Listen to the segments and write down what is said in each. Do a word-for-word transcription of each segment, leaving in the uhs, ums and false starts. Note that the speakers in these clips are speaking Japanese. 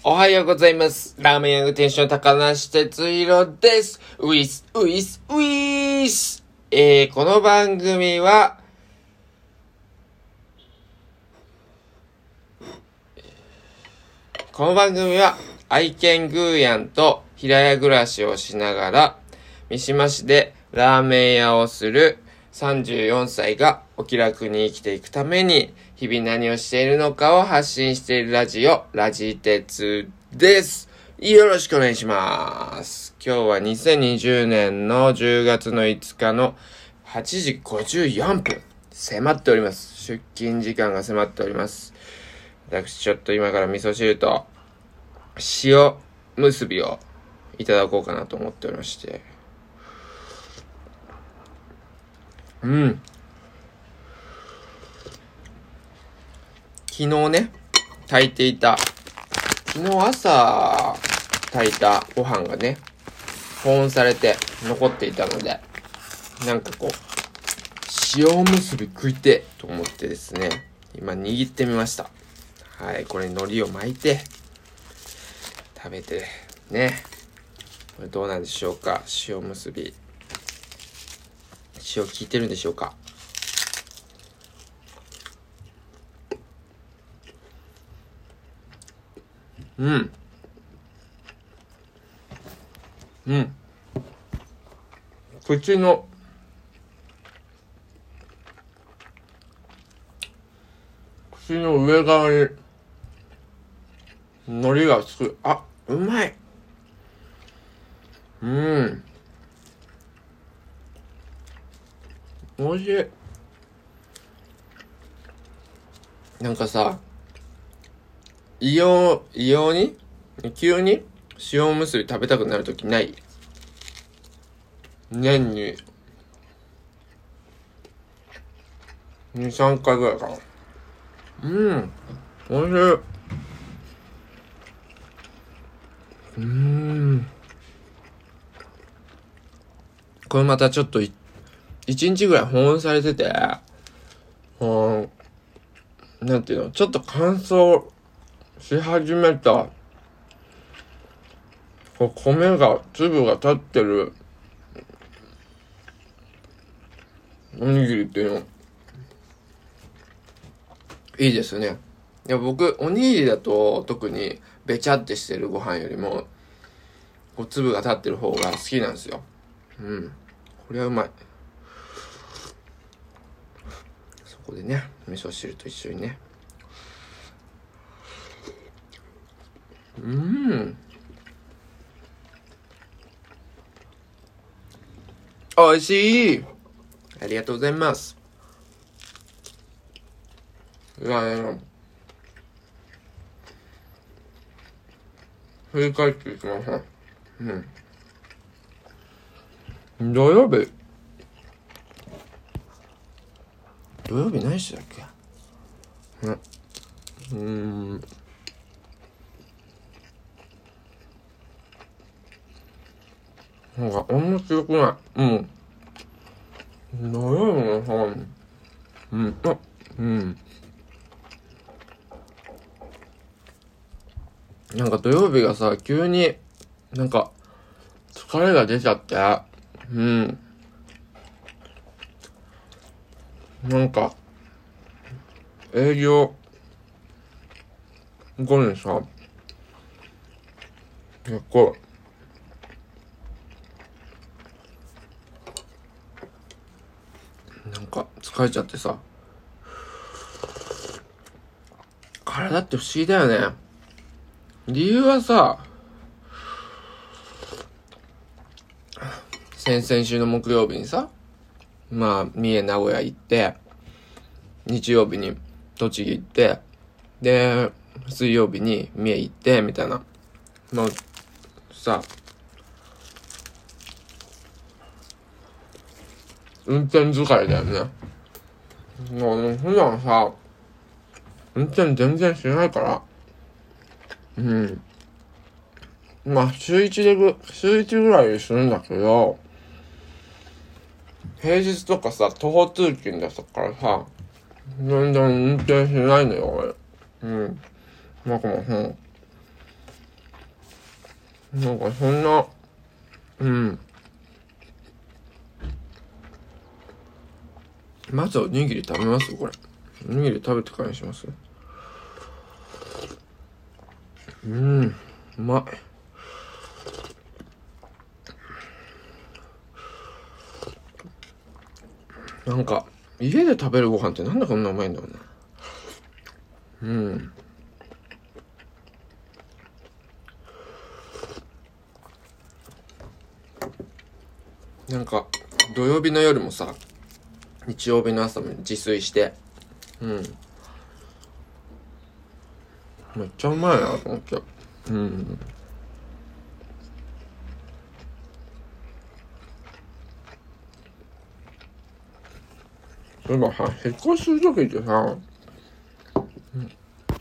おはようございます。ラーメン屋運転手の高梨哲弘です。ウィス、ウィス、ウィス。えー、この番組は、この番組は、愛犬グーヤンと平屋暮らしをしながら、三島市でラーメン屋をするさんじゅうよんさいがお気楽に生きていくために、日々何をしているのかを発信しているラジオ、ラジ鉄です。よろしくお願いします。今日はにせんにじゅうねんのじゅうがつのいつかのはちじごじゅうよんぷん。迫っております。出勤時間が迫っております。私ちょっと今から味噌汁と塩結びをいただこうかなと思っておりまして。うん。昨日ね、炊いていた、昨日朝炊いたご飯がね、保温されて残っていたので、なんかこう、塩結び食いてえと思ってですね、今握ってみました。はい、これに海苔を巻いて、食べてね、これどうなんでしょうか、塩結び。塩効いてるんでしょうか。うん。うん。口の、口の上側に、海苔がつく。あ、うまい。うん。おいしい。なんかさ、異様、異様に急に塩むすび食べたくなるときない？年にに、さんかいぐらいかな。うん。おいしい。うーん。これまたちょっとい、一日ぐらい保温されてて、うん、なんていうの、ちょっと乾燥し始めた、こう米が、粒が立ってるおにぎりっていうの、いいですね。いや、僕、おにぎりだと特にべちゃってしてるご飯よりも、こう粒が立ってる方が好きなんですよ。うん。これはうまい。そこでね、味噌汁と一緒にね。うーん。おいしい。ありがとうございます。いや、あの、振り返っていきましょう。うん。土曜日。土曜日何してたっけ？うん。うーん。なんか、あんま強くない。うん。土曜日のさ、うん、あ、うん。なんか土曜日がさ、急に、なんか、疲れが出ちゃって、うん。なんか、営業後にさ、結構、なんか疲れちゃってさ、体って不思議だよね。理由はさ、先々週の木曜日にさ、まあ、三重名古屋行って、日曜日に栃木行って、で、水曜日に三重行って、みたいな。まあ、さ、運転疲れだよね。もう普段さ、運転全然しないから。うん。まあ、週一でぐ、週一ぐらいするんだけど、平日とかさ、徒歩通勤だったからさ、全然運転しないのよ、俺。うん。なんかもう、うん。 なんかそんな、うん。まずおにぎり食べますこれ。おにぎり食べてからにします。うん、うまい。なんか、家で食べるご飯ってなんでこんなうまいんだろうな。うん。なんか、土曜日の夜もさ、日曜日の朝も自炊して、うん。めっちゃうまいなと思って。うん。そういえばさ、引っ越しするときってさ、うん、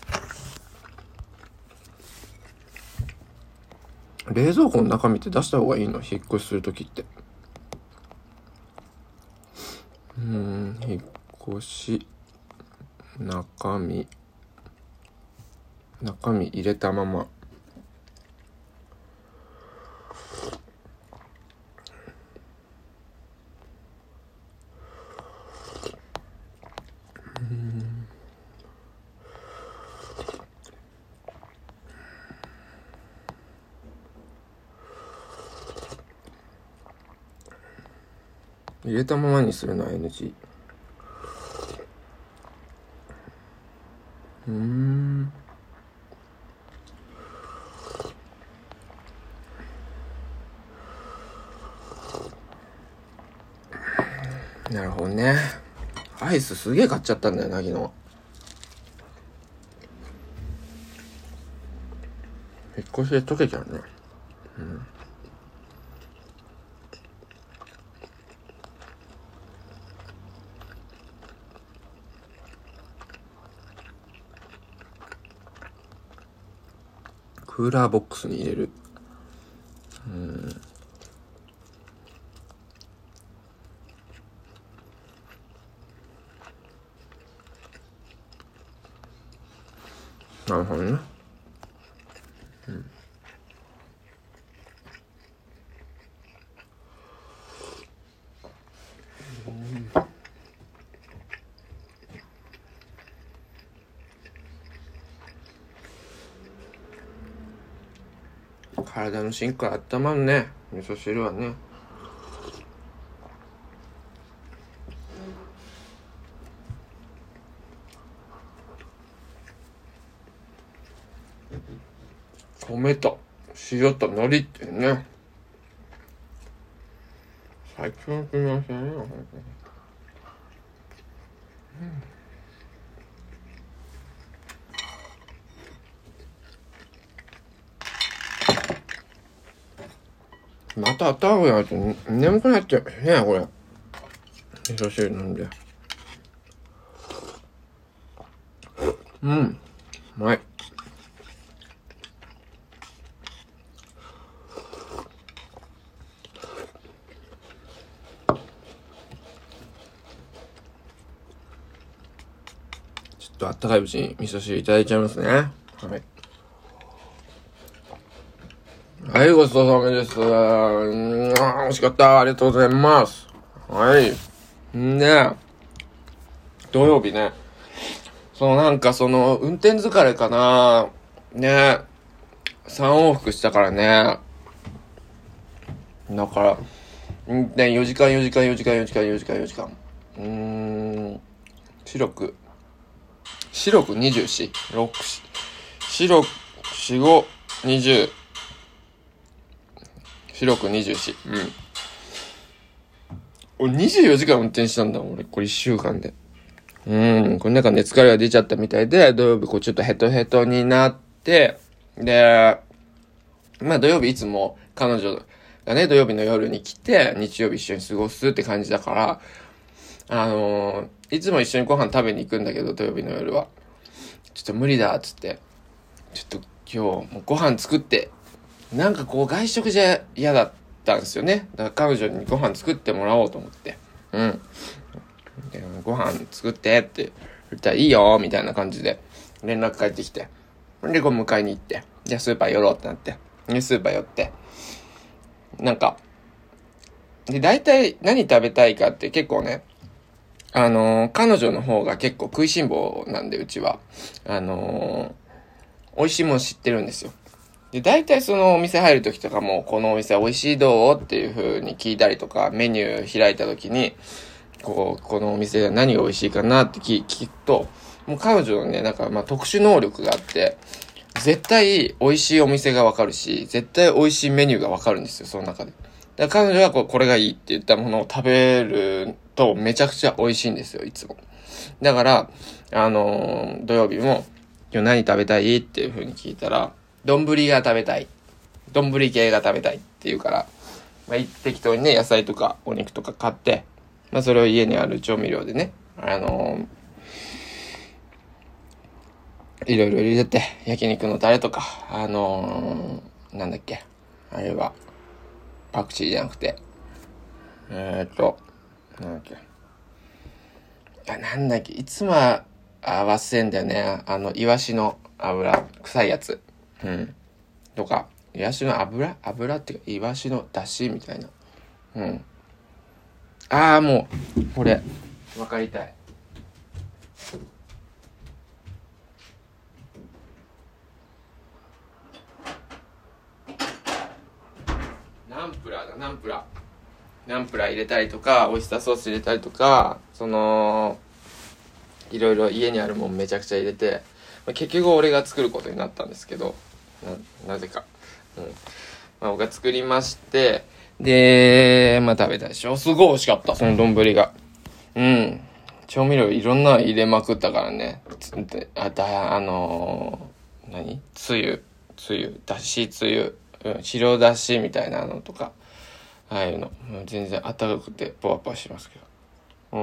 冷蔵庫の中身って出した方がいいの？引っ越しするときって。うーん、引っ越し、中身、中身入れたまま。入れたままにするのは エヌジー。うーん。なるほどね。アイスすげえ買っちゃったんだよな、昨日。引っ越しで溶けちゃうね。うん。クーラーボックスに入れる。うん。なるほどね。うん。体の芯から温まるね、味噌汁はね。米と塩と海苔ってね、最強の組み合わせだね、本当に。うん、また温めないと眠くなっちゃうね、これ。味噌汁飲んで。うん、うまい。ちょっとあったかいうちに味噌汁いただいちゃいますね。はい。はい、ごちそうさまです。うーん、美味しかった。ありがとうございます。はい。んね、土曜日ね。そのなんかその、運転疲れかな。ね。さん往復したからね。だから、運転よじかんよじかんよじかんよじかんよじかんよじかん。うーん。白く。白くにじゅうよん。ろく、白くよん、ご、にじゅう。白くにじゅうよん。うん。俺にじゅうよじかん運転したんだ、俺。これいっしゅうかんで。うん。この中熱疲れが出ちゃったみたいで、土曜日こうちょっとヘトヘトになって、で、まあ土曜日いつも彼女がね、土曜日の夜に来て、日曜日一緒に過ごすって感じだから、あのー、いつも一緒にご飯食べに行くんだけど、土曜日の夜は。ちょっと無理だ、つって。ちょっと今日もうご飯作って、なんかこう外食じゃ嫌だったんですよね。だから彼女にご飯作ってもらおうと思って。うん。でご飯作ってって言ったらいいよ、みたいな感じで連絡返ってきて。で、こう迎えに行って。じゃあスーパー寄ろうってなって。 スーパー寄って。なんか、で、大体何食べたいかって結構ね、あのー、彼女の方が結構食いしん坊なんで、うちは。あのー、美味しいもの知ってるんですよ。で、大体そのお店入るときとかも、このお店美味しいどうっていう風に聞いたりとか、メニュー開いたときに、こう、このお店で何が美味しいかなって聞聞くと、もう彼女のね、なんかまあ特殊能力があって、絶対美味しいお店がわかるし、絶対美味しいメニューがわかるんですよ、その中で。だから彼女はこうこれがいいって言ったものを食べるとめちゃくちゃ美味しいんですよ、いつも。だから、あのー、土曜日も、今日何食べたいっていう風に聞いたら、丼が食べたい。丼系が食べたいって言うから、まあ、適当にね、野菜とかお肉とか買って、まあ、それを家にある調味料でね、あのー、いろいろ入れて、焼肉のタレとか、あのー、なんだっけ、あれは、パクチーじゃなくて、えーっと、なんだっけ、あ、なんだっけ、いつもは、あ、忘れんだよね。あの、イワシの油、臭いやつ。うん。とか、イワシの油油っていうか、イワシの出汁みたいな。うん。ああ、もう、これ、わかりたい。ナンプラーだ、ナンプラー。ナンプラー入れたりとか、オイスターソース入れたりとか、その、いろいろ家にあるもんめちゃくちゃ入れて、まあ、結局俺が作ることになったんですけど、な、なぜか。うん。まあ、僕が作りまして、で、まあ食べたでしょ。すごい美味しかった、その丼が。うん。調味料いろんな入れまくったからね。あ、だ、あのー、何つゆ、つゆ、だしつゆ、うん、白だしみたいなのとか、ああいうの。全然温かくてポワポワしますけど。うん。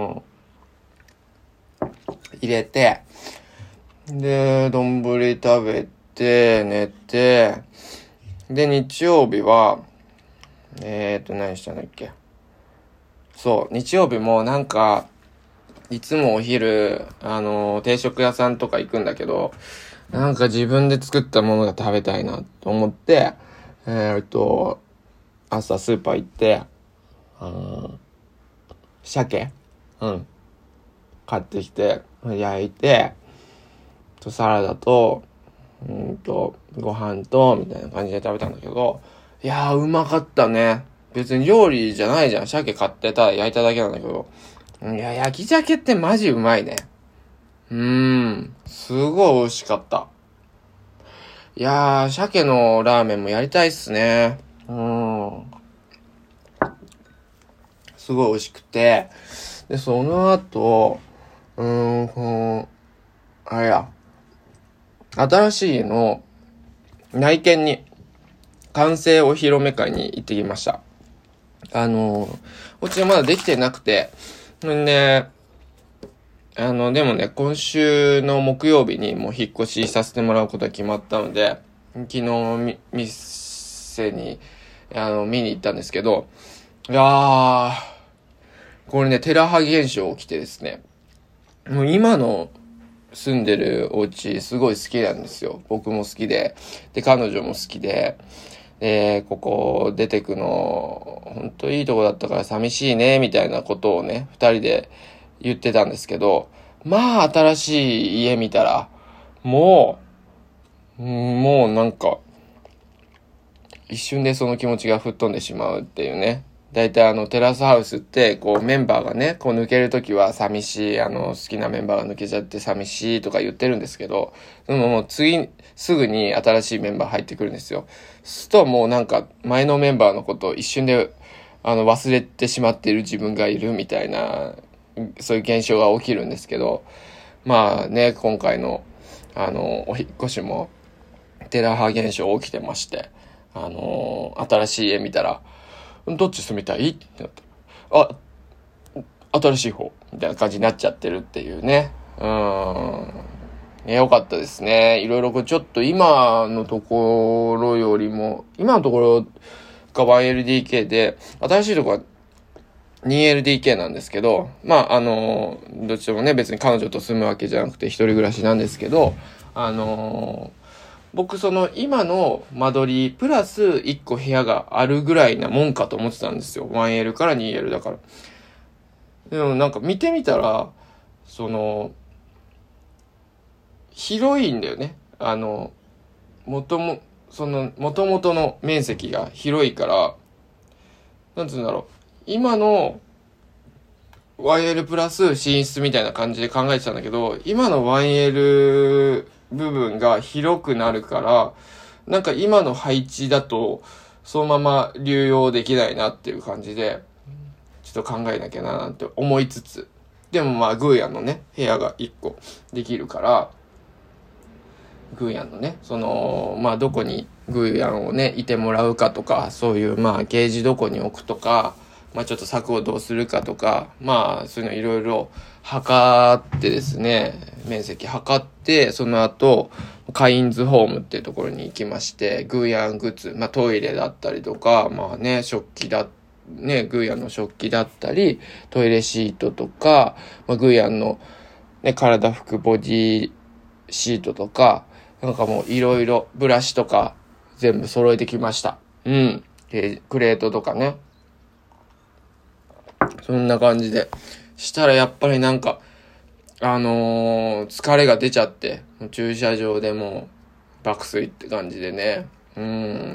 入れて、で、丼食べて、寝て、で、日曜日は、えーと、何したんだっけ。そう、日曜日もなんか、いつもお昼、あのー、定食屋さんとか行くんだけど、なんか自分で作ったものが食べたいなと思って、えーと、朝スーパー行って、あー鮭うん。買ってきて、焼いて、とサラダと、うんと、ご飯と、みたいな感じで食べたんだけど、いやー、うまかったね。別に料理じゃないじゃん。鮭買ってただ焼いただけなんだけど。いや、焼き鮭ってマジうまいね。うーん。すごい美味しかった。いやー、鮭のラーメンもやりたいっすね。うーん。すごい美味しくて。で、その後、うーん、この、あれや。新しい家の内見に、完成お披露目会に行ってきました。あの、うちはまだできてなくて、んで、あの、でもね、今週の木曜日にもう引っ越しさせてもらうことが決まったので、昨日、み、店に、あの、見に行ったんですけど、いやー、これね、テラハ現象起きてですね、もう今の住んでるお家すごい好きなんですよ。僕も好きで、で、彼女も好きで、で、ここ出てくの、ほんといいとこだったから寂しいね、みたいなことをね、二人で言ってたんですけど、まあ、新しい家見たら、もう、もうなんか、一瞬でその気持ちが吹っ飛んでしまうっていうね。だいたいあのテラスハウスって、こうメンバーがね、こう抜けるときは寂しい、あの好きなメンバーが抜けちゃって寂しいとか言ってるんですけど、でももう次、すぐに新しいメンバー入ってくるんですよ。するともうなんか前のメンバーのことを一瞬であの忘れてしまっている自分がいるみたいな、そういう現象が起きるんですけど、まあね、今回のあのお引っ越しもテラハ現象起きてまして、あのー、新しい家見たら、どっち住みたいってなった。あ、新しい方みたいな感じになっちゃってるっていうね。うーん。ね、よかったですね。いろいろこうちょっと今のところよりも、今のところが ワンエルディーケー で、新しいところは ツーエルディーケー なんですけど、まあ、あのー、どっちでもね、別に彼女と住むわけじゃなくて一人暮らしなんですけど、あのー、 僕その今の間取りプラスいっこ部屋があるぐらいなもんかと思ってたんですよ。ワンエル から ツーエル だから。でもなんか見てみたら、その、広いんだよね。あの、もとも、その、もともとの面積が広いから、なんつうんだろう。今の ワンエル プラス寝室みたいな感じで考えてたんだけど、今の ワンエル 部分が広くなるから、なんか今の配置だと、そのまま流用できないなっていう感じで、ちょっと考えなきゃななんて思いつつ、でもまあグーヤンのね、部屋がいっこできるから、グーヤンのね、その、まあどこにグーヤンをね、いてもらうかとか、そういうまあゲージどこに置くとか、まあちょっと柵をどうするかとか、まあそういうのいろいろ測ってですね、面積測って、その後、カインズホームっていうところに行きまして、グーヤングッズ、まあトイレだったりとか、まあね、食器だ、ね、グーヤンの食器だったり、トイレシートとか、まあ、グーヤンのね、体拭くボディシートとか、なんかもういろいろブラシとか全部揃えてきました。うん。クレートとかね。そんな感じで。したらやっぱりなんか、あのー、疲れが出ちゃって、駐車場でもう爆睡って感じでね。うん、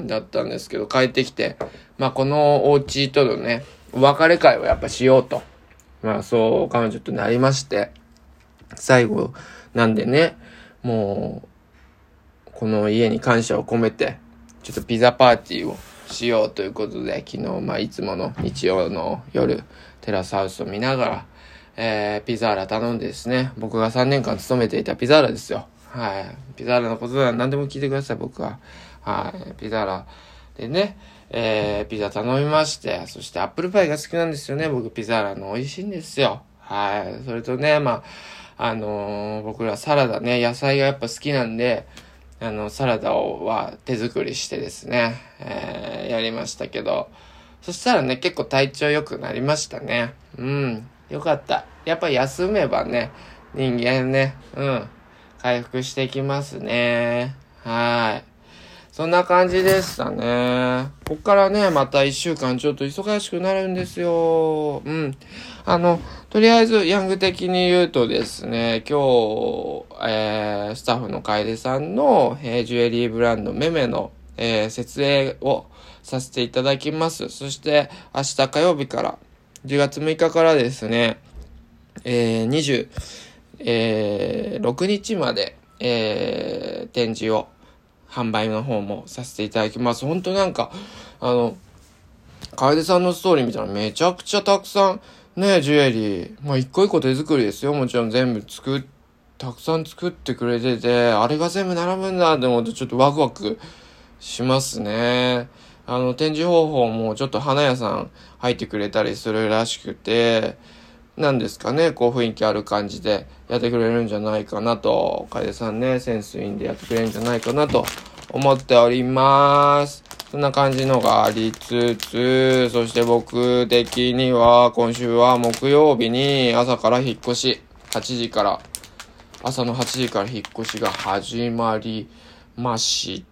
だったんですけど、帰ってきて、まあこのお家とのね、お別れ会をやっぱしようと。まあそう彼女となりまして、最後なんでね、もう、この家に感謝を込めて、ちょっとピザパーティーをしようということで、昨日、まあいつもの日曜の夜、テラスハウスを見ながら、えー、ピザーラ頼んでですね、僕がさんねんかん勤めていたピザーラですよ。はい。ピザーラのことなら何でも聞いてください、僕は。はい。ピザーラでね、えー、ピザ頼みまして、そしてアップルパイが好きなんですよね。僕、ピザーラの美味しいんですよ。はい。それとね、まあ、あのー、僕らサラダね、野菜がやっぱ好きなんで、あの、サラダをは手作りしてですね、えー、やりましたけど、そしたらね、結構体調良くなりましたね。うん。よかった。やっぱ休めばね、人間ね、うん。回復していきますね。はい。そんな感じでしたね。こっからね、また一週間ちょっと忙しくなるんですよ。うん。あの、とりあえず、ヤング的に言うとですね、今日、えー、スタッフの楓さんの、えー、ジュエリーブランドメメの、えー、設営をさせていただきます。そして、明日火曜日から、じゅうがつむいかからですね、えー、にじゅうろくにちまで、えー、展示を、販売の方もさせていただきます。本当なんか、あの、楓さんのストーリー見たらめちゃくちゃたくさん、ね、ジュエリー。まあ、一個一個手作りですよ。もちろん全部作っ、たくさん作ってくれてて、あれが全部並ぶんだって思うとちょっとワクワクしますね。あの、展示方法もちょっと花屋さん入ってくれたりするらしくて、なんですかね、こう雰囲気ある感じでやってくれるんじゃないかなと、楓さんね、センスいいんでやってくれるんじゃないかなと思っております。そんな感じのがありつつ、そして僕的には今週は木曜日に朝から引っ越し、はちじから、朝のはちじから引っ越しが始まりまして、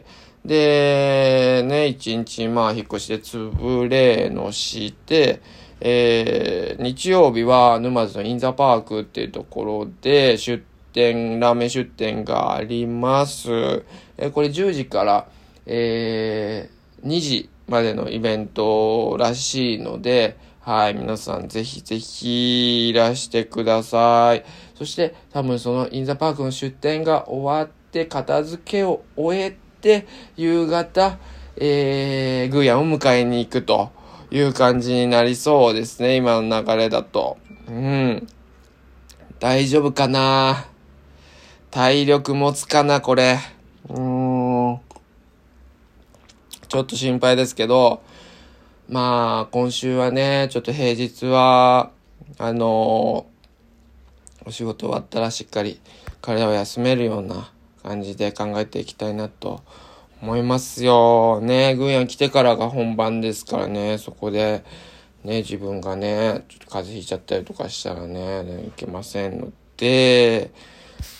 で、ね、一日まあ引っ越しで潰れのして、えー、日曜日は沼津のインザパークっていうところで出店、ラーメン出店があります。えー、これじゅうじから、えー、にじまでのイベントらしいので、はい、皆さんぜひぜひいらしてください。そして多分そのインザパークの出店が終わって片付けを終えて夕方、えー、グーヤンを迎えに行くという感じになりそうですね。今の流れだと。うん。大丈夫かな？体力持つかなこれ。うーん。ちょっと心配ですけど、まあ、今週はね、ちょっと平日は、あのー、お仕事終わったらしっかり体を休めるような感じで考えていきたいなと思いますよ。ね、グーヤン来てからが本番ですからね、そこで、ね、自分がね、ちょっと風邪ひいちゃったりとかしたらね、いけませんので、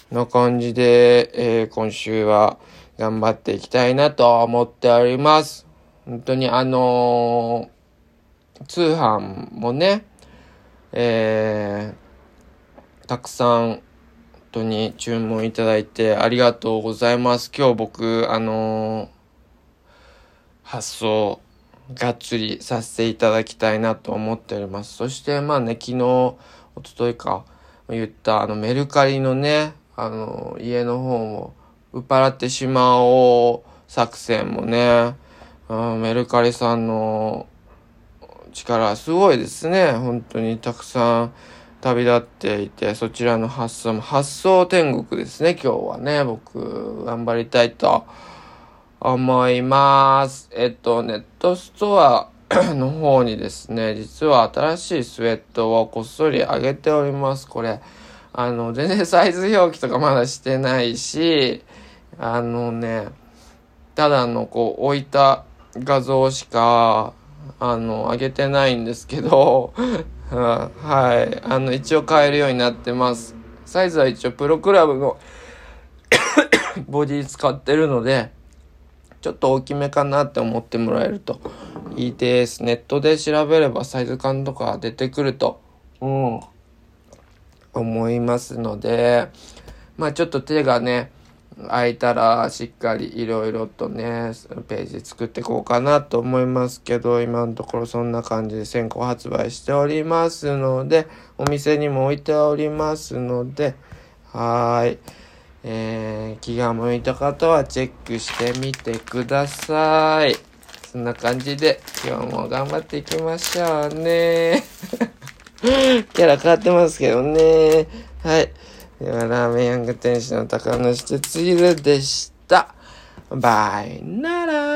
な感じで、えー、今週は頑張っていきたいなと思っております。本当にあのー、通販もね、えー、たくさん本当に注文いただいてありがとうございます。今日僕、あのー、発送がっつりさせていただきたいなと思っております。そしてまあね、昨日、一昨日か言ったあのメルカリのね、あの家の方も売っ払ってしまおう作戦もね、うん、メルカリさんの力すごいですね。本当にたくさん旅立っていて、そちらの発送も発送天国ですね。今日はね、僕頑張りたいと思います。えっとネットストアの方にですね、実は新しいスウェットをこっそり上げております。これあの全然サイズ表記とかまだしてないし、あのねただのこう置いた画像しかあの上げてないんですけどはいあの一応買えるようになってます。サイズは一応プロクラブのボディ使ってるのでちょっと大きめかなって思ってもらえるといいです。ネットで調べればサイズ感とか出てくるとうん思いますので、まあちょっと手がね空いたらしっかりいろいろとねページ作っていこうかなと思いますけど、今のところそんな感じで先行発売しておりますので、お店にも置いておりますので、はーい、えー、気が向いた方はチェックしてみてください。そんな感じで今日も頑張っていきましょうねキャラ変わってますけどね。はい。では、ラーメンヤング店主の高梨哲弘でした。バイならー。